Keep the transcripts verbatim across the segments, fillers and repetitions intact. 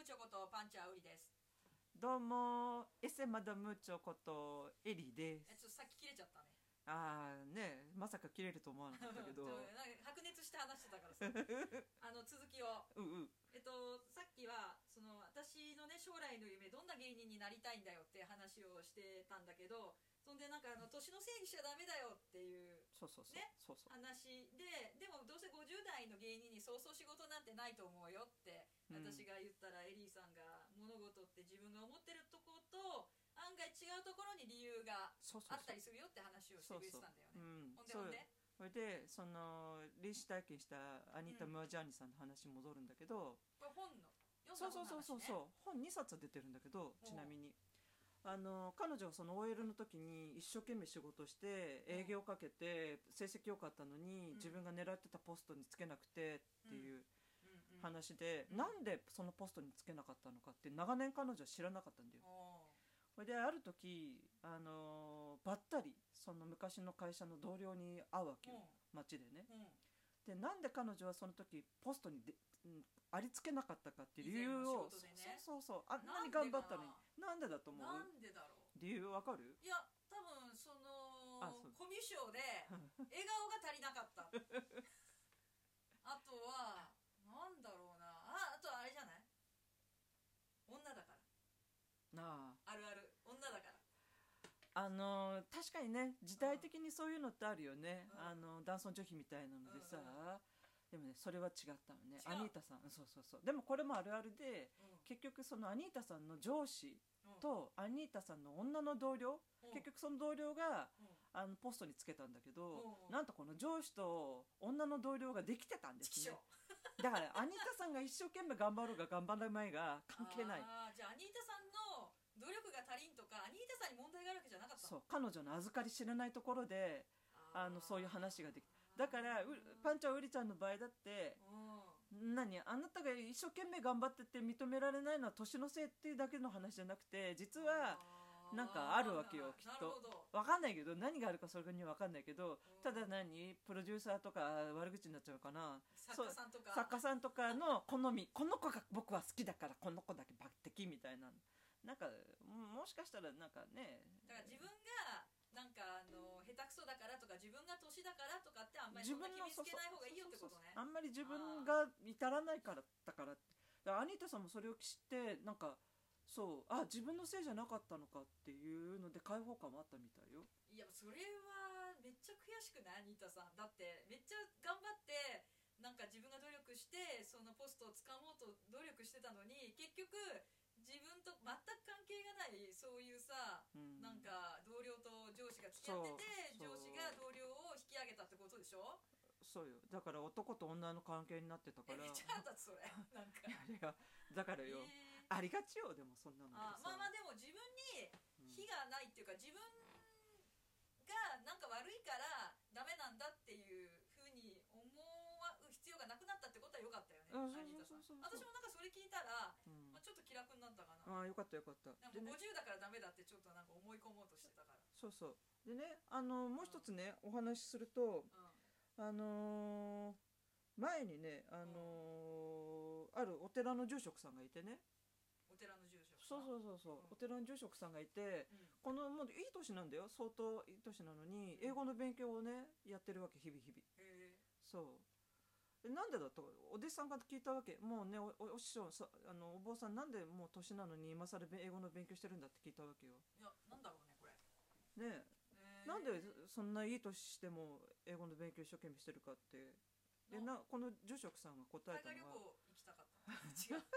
ムチョことパンチャーウリです。 どうもエセマダムチョことエリでえ、ちょっとす。 さっき切れちゃったね。 ああね、まさか切れると思わなかったけどちょなんか白熱して話してたからさあの続きを、 ううえっとさっきはその私のね将来の夢、どんな芸人になりたいんだよって話をしてたんだけど、そんでなんかあの年のせいにしちゃダメだよっていうそうそうそう、 ねそうそう、 話で、でもどうせごじゅう代の芸人にそうそう仕事なんてないと思うよって私が言ったら、エリーさんが物事って自分が思ってるとこと案外違うところに理由があったりするよって話をしてくれてたんだよね。ほんでほんでそれでその臨死体験したアニータ・ムアジャーニさんの話に戻るんだけど、 これ本のそうそう読んだ本の話ね。 そうそうそう、本にさつ出てるんだけど、ちなみにあの彼女はその オーエル の時に一生懸命仕事して営業をかけて成績良かったのに、自分が狙ってたポストにつけなくてっていう話で、なんでそのポストにつけなかったのかって長年彼女は知らなかったんだよ。それである時あのばったりその昔の会社の同僚に会うわけよ、街でね。でなんで彼女はその時ポストにで、うん、ありつけなかったかっていう理由を、ね、そうそうそう、あんなに頑張ったのになんでだと思う？ なんでだろう、 理由わかる？ いや多分そのコミュ障で笑顔が足りなかったあとはなんだろうなあ、あとはあれじゃない、女だからなあ、 あるある女だから。 あの確かにね、時代的にそういうのってあるよね、 うん、 あの男尊女卑みたいなのでさ、うんうん、でもねそれは違ったのね。アニータさん、そうそうそう、でもこれもあるあるで、うん、結局そのアニータさんの上司とアニータさんの女の同僚、うん、結局その同僚が、うん、あのポストにつけたんだけど、うん、なんとこの上司と女の同僚ができてたんですねだからアニータさんが一生懸命頑張ろうが頑張らないが関係ない。 あ、じゃあアニータさんの努力が足りんとかアニータさんに問題があるわけじゃなかったの？ そう、彼女の預かり知らないところであのそういう話ができた。だからパンチャーウリちゃんの場合だって、何あなたが一生懸命頑張ってて認められないのは年のせいっていうだけの話じゃなくて、実はなんかあるわけよ、きっと。分かんないけど、何があるかそれには分かんないけど、ただ何プロデューサーとか悪口になっちゃうかな、 作家さんとか作家さんとかの好み、この子が僕は好きだからこの子だけ抜擢みたいな、なんかもしかしたらなんかね、 だから自分がなんかあの下手くそだからとか自分が年だからとかってあんまりそんな決めつけない方がいいよってことね。 あんまり自分が至らないからだから。だからアニータさんもそれを知ってなんかそうあ自分のせいじゃなかったのかっていうので解放感もあったみたいよ。 いやそれはめっちゃ悔しくない？アニータさんだってめっちゃ頑張ってなんか自分が努力してそのポストをつかもうと努力してたのに、結局自分と全く関係がないそういうさ、うん、なんか同僚と上司が付き合ってて上司が同僚を引き上げたってことでしょ？ そうよ、だから男と女の関係になってたから。 えめっちゃあったそれなんかいやだからよ、えー、ありがちよ。でもそんなのあまあまあでも自分に非がないっていうか、うん、自分がなんか悪いからダメなんだっていうふうに思う必要がなくなったってことは良かったよね、アニータさん。私もなんかそれ聞いたら、うんまあ、ちょっと気楽になったかな。 ああよかったよかった。 なんかごじゅうだからダメだってちょっとなんか思い込もうとしてたから。 そうそうでね、あのもう一つね、うん、お話しすると、うん、あのー、前にね、あのーうん、あるお寺の住職さんがいてね、 お寺の住職さん、 そうそうそうそう、うん、お寺の住職さんがいて、うん、このもういい年なんだよ、相当いい年なのに、うん、英語の勉強をねやってるわけ、日々日々。へそうなんでだとお弟子さんが聞いたわけ。もうね お, お師匠さあのお坊さんなんでもう年なのに今更英語の勉強してるんだって聞いたわけよ。 いやなんだろうねこれねえ、なんでそんないい年しても英語の勉強一生懸命してるかって。でなこの住職さんが答えたのは、 海外旅行行きたかった違う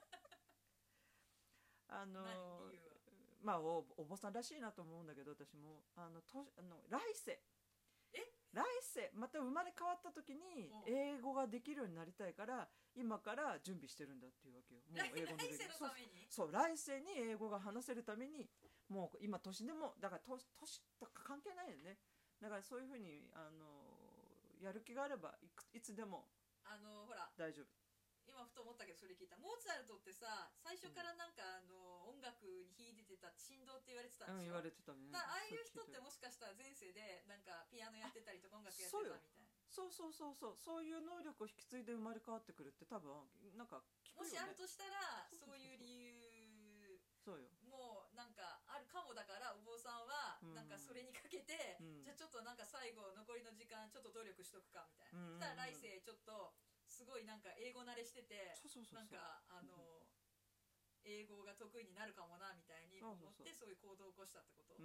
あのまあ お, お坊さんらしいなと思うんだけど、私もあのとあの来世来世また生まれ変わった時に英語ができるようになりたいから今から準備してるんだっていうわけよ。もう英語の来世のために、 そうそう来世に英語が話せるためにもう今年でもだから年とか関係ないよね。だからそういうふうにあのやる気があれば い, くいつでもあのほら大丈夫。 今ふと思ったけどそれ聞いた。モーツァルトってさ最初からなんか、うん、あの音楽に弾いてた振動って言われてたんでしょ、うん、 言われてたね。 だからああいう人ってもしかしたら前世でなんかピアノやってたりとか音楽やってたみたいな。 そうそうそうそう、そういう能力を引き継いで生まれ変わってくるって多分なんか聞くよね。 もしあるとしたらそうそうそうそうそういう理由そうよ。 もうなんかあるかも。だからお坊さんはうんなんかそれにかけて、 うん、 じゃあちょっとなんか最後残りの時間ちょっと努力しとくかみたいな、 うんうんうん、 そしたら来世ちょっとすごいなんか英語慣れしてて、 そうそうそうそう、 なんかあの、英語が得意になるかもなみたいに思って、 そうそうそう、 そういう行動を起こしたってこと。 うん、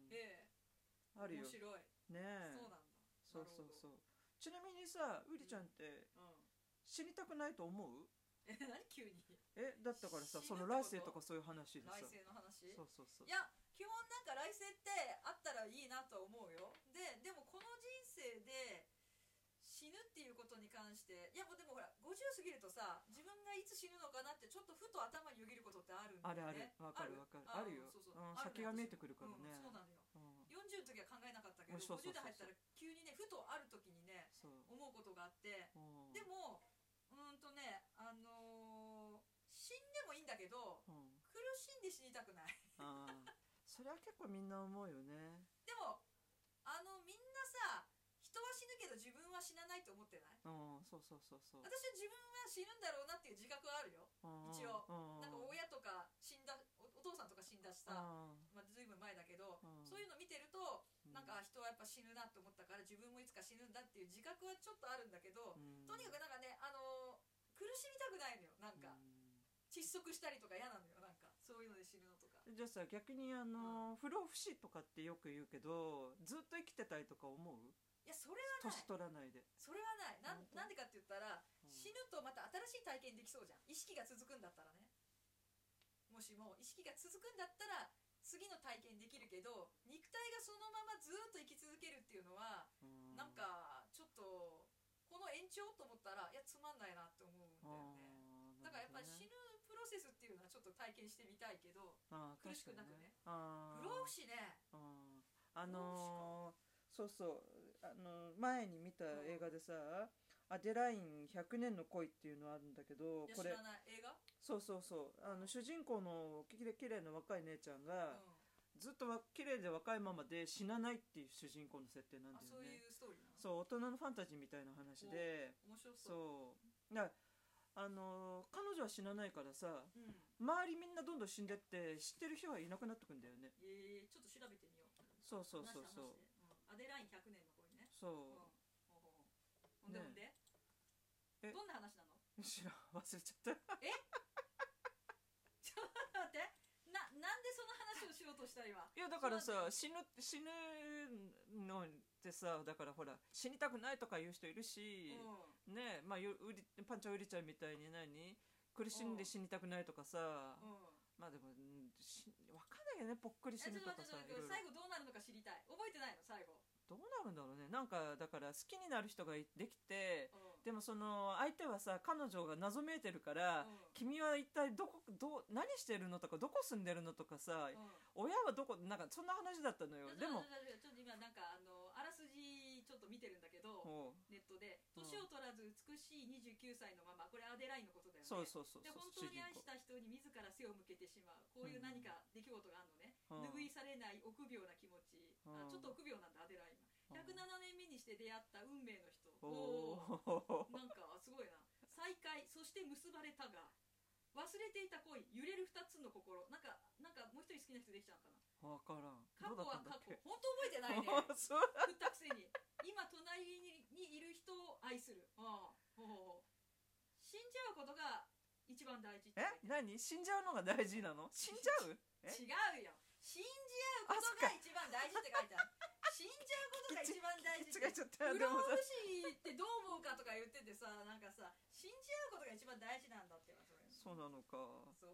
ええ、 あるよ面白いね。 そうなんだ。 そうそうそう。ちなみにさ、うりちゃんってうん、うん、 死にたくないと思う？ え、何急に。 え、だったからさ、その死ぬってこと来世とかそういう話でさ。 来世の話。 そうそうそう。 いや基本なんか来世ってあったらいいなとは思うよ。ででもこの人生で死ぬっていうことに関して、いやもうでもほらごじゅう過ぎるとさ、自分がいつ死ぬのかなってちょっとふと頭によぎることってあるんだよね。 あるある、わかるわかる、あるよ。 そうそう、 うん、 あるね先が見えてくるからね。 うん、そうなのよ。 うん、 よんじゅうの時は考えなかったけど、 そうそうそうそう、 ごじゅう代入ったら急にね、ふとある時にね思うことがあって、でもうーんとね、あのー、死んでもいいんだけど、うん、苦しんで死にたくない。 あそれは結構みんな思うよね。 でもあのみんなさ、人は死ぬけど自分は死なないと思ってない？ うん、そうそうそうそう。 私は自分は死ぬんだろうなっていう自覚はあるよ、一応。なんか親とか死んだ お, お父さんとか死んだしさ、まあ、ずいぶん前だけど、そういうの見てるとなんか人はやっぱ死ぬなって思ったから、自分もいつか死ぬんだっていう自覚はちょっとあるんだけど、とにかくなんかね、あのー、苦しみたくないのよ。なんか窒息したりとか嫌なのよ、なんかそういうので死ぬのとか。 じゃあさ、逆にあの、うん、不老不死とかってよく言うけど、ずっと生きてたいとか思う？ いや、それはない。 年取らないで。 それはない。な ん, なんでかって言ったら、うん、死ぬとまた新しい体験できそうじゃん。意識が続くんだったらね。もしも意識が続くんだったら次の体験できるけど、肉体がそのままずっと生き続けるっていうのは、うん、なんかちょっとこの延長と思ったら、いやつまんないなって思うんだよね。だからやっぱり死ぬプロセスっていうのはちょっと体験してみたいけど、苦しくなくね。不老不死ね。 あのーそうそう、あの前に見た映画でさ、アデラインひゃくねんの恋っていうのあるんだけど、 これ知らない映画？ そうそうそう、あの主人公のきれきれいな若い姉ちゃんが、うん、ずっと綺麗で若いままで死なないっていう主人公の設定なんだよね。 そういうストーリーなの？ そう、大人のファンタジーみたいな話で、 面白そう。 そうだ、あの彼女は死なないからさ、うん、周りみんなどんどん死んでって知ってる人はいなくなってくんだよね。 えー、ちょっと調べてみよう。 そうそうそうそう、 アデラインひゃくねんの恋ね。 そう、うん、 ほんでほんで、ね、どんな話なの？ 知らん、忘れちゃったえちょっと待って、な、なんでその話をしようとした今。 いやだからさ、死ぬ死ぬのってさ、だからほら死にたくないとか言う人いるし、うん、ね、まあうりパンチャウリちゃんみたいに何苦しんで死にたくないとかさ、うん、まあでもし分かんないよね、ぽっくり死ぬとかさ。 最後どうなるのか知りたい。覚えてないの最後。 どうなるんだろうね。なんかだから好きになる人ができて、うん、でもその相手はさ、彼女が謎めいてるから、うん、君は一体どこど何してるのとか、どこ住んでるのとかさ、うん、親はどこ、なんかそんな話だったのよ。でもちょっと今なんかあのあらすじちょっと見てるんだけど、ネットで年を取らず美しいにじゅうきゅうさいのまま、これアデラインのことだよね。 そうそうそうそう。 で本当に愛した人に自ら背を向けてしまう、こういう何か出来事があるのね。拭いされない臆病な気持ち、あ、ちょっと臆病なんだアデラインは。ひゃくななねんめにして出会った運命の人。おお、なんかすごいな。再会、そして結ばれたが、忘れていた恋、揺れる二つの心。なんかなんかもう一人好きな人できちゃうかな。 分からん。 過去は過去。本当覚えてないね。振ったくせに。今隣にいる人を愛する。ああ、死んじゃうことが一番大事って。 え、何？死んじゃうのが大事なの？死んじゃう？ 違うよ。死んじゃうことが一番大事って書いてある。死んじゃうことが一番大事って。不老不死ってどう思うかとか言っててさ、なんかさ、死んじゃうことが一番大事なんだって。 そうなのか。 そう。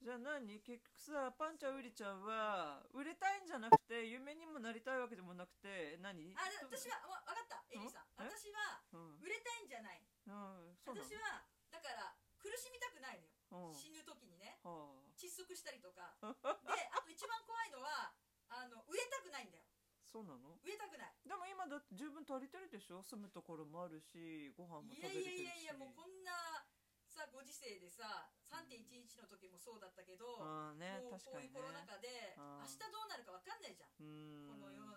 じゃあ何？結局さ、パンチャウリちゃんは売れたいんじゃなくて、夢にもなりたいわけでもなくて、何？ あ、私はわかった、エリーさん。私は売れたいんじゃない。うん、私はだから苦しみたくないのよ。うん、死ぬ時にね、窒息したりとか。で、あと一番怖いのはあの飢えたくないんだよ。 そうなの？ 飢えたくない。 でも今だって十分足りてるでしょ。住むところもあるし、ご飯も食べれてるし。 いやいやいやいや、もうこんなさ、ご時世でさ、 さんてんいちいち の時もそうだったけど、 あ、ね、 もうこういうコロナ禍で、 ね、 明日どうなるか分かんないじゃん、この世の中。こ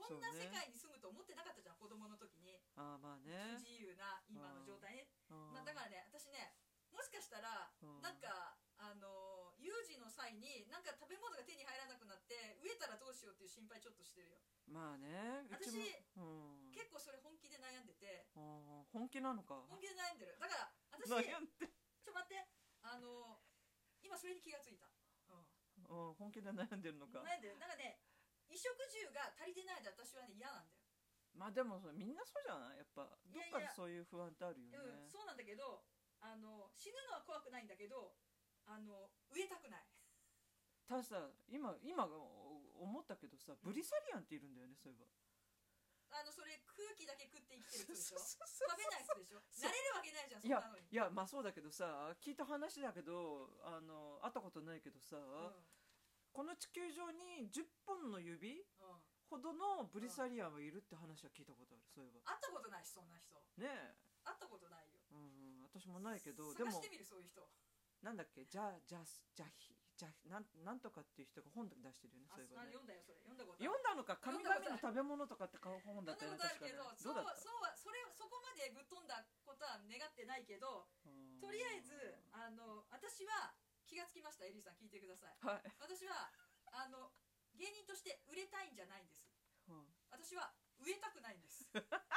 こんな世界に住むと思ってなかったじゃん、子供の時に。 ああまあね。 不自由な今の状態ね。 うんまあ、だからね、私ね、もしかしたら、 うんなんか、あの、有事の際に、なんか食べ物が手に入らなくなって、飢えたらどうしようっていう心配ちょっとしてるよ。 まあね。うちも私、 うん、 結構それ本気で悩んでて、 あー本気なのか。 本気で悩んでる。だから、私、 悩んで、 ちょ待って、あの、今それに気がついた。うん。 うん、本気で悩んでるのか。 悩んでる。なんかね、衣食住が足りてないで私はね、嫌なんだよ。 まあでもそれみんなそうじゃない、やっぱどっかいやいやでそういう不安ってあるよね。 うん、そうなんだけど、あの、死ぬのは怖くないんだけど、あの、飢えたくない。 たださ、今今思ったけどさ、ブリサリアンっているんだよね、そういえば。 あの、それ空気だけ食って生きてる人でしょ。 そうそうそう食べない人でしょ。 そう慣れるわけないじゃん、そいやんなのに。 いや、まあそうだけどさ、聞いた話だけど、あの会ったことないけどさ、 うんこの地球上にじゅっぽんの指うんほどのブリサリアンはいるって話は聞いたことある、そういえば。 会ったことないし、そんな人。 ねえ。 会ったことないよ。 うん、私もないけど、でも探してみる、そういう人。 なんだっけ、じゃじゃじゃひじゃなんなんとかっていう人が本出してるよね、 あ、 そういえばね。 読んだよ、それ。読んだことある。 読んだのか、神々の食べ物とかって買う本だったよね、 読んだことあるけど、そう確かね。どうだった？ そうはそれそこまでぶっ飛んだことは願ってないけど、とりあえずあの私は気がつきました。エリーさん聞いてください。 はい、 私はあの芸人として売れたいんじゃないんです。 うん私は植えたくないんです。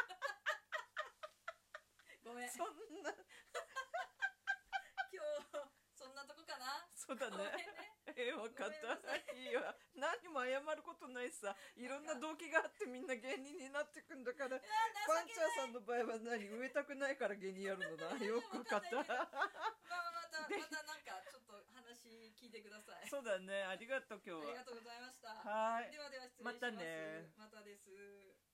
ごめん。 そんな今日そんなとこかな。 そうだねごめんね。 えー、分かっごめんなさいた。いいよ、何も謝ることないさ。いろんな動機があってみんな芸人になってくんだから。 いやーパン情けない。 チャーさんの場合は何、植えたくないから芸人やるのな。よく分かった。 まあまあまたまたなんかちょっと話聞いてください。 そうだね、ありがとう今日は。 ありがとうございました。 はい。 ではでは失礼します。 またね。 またです。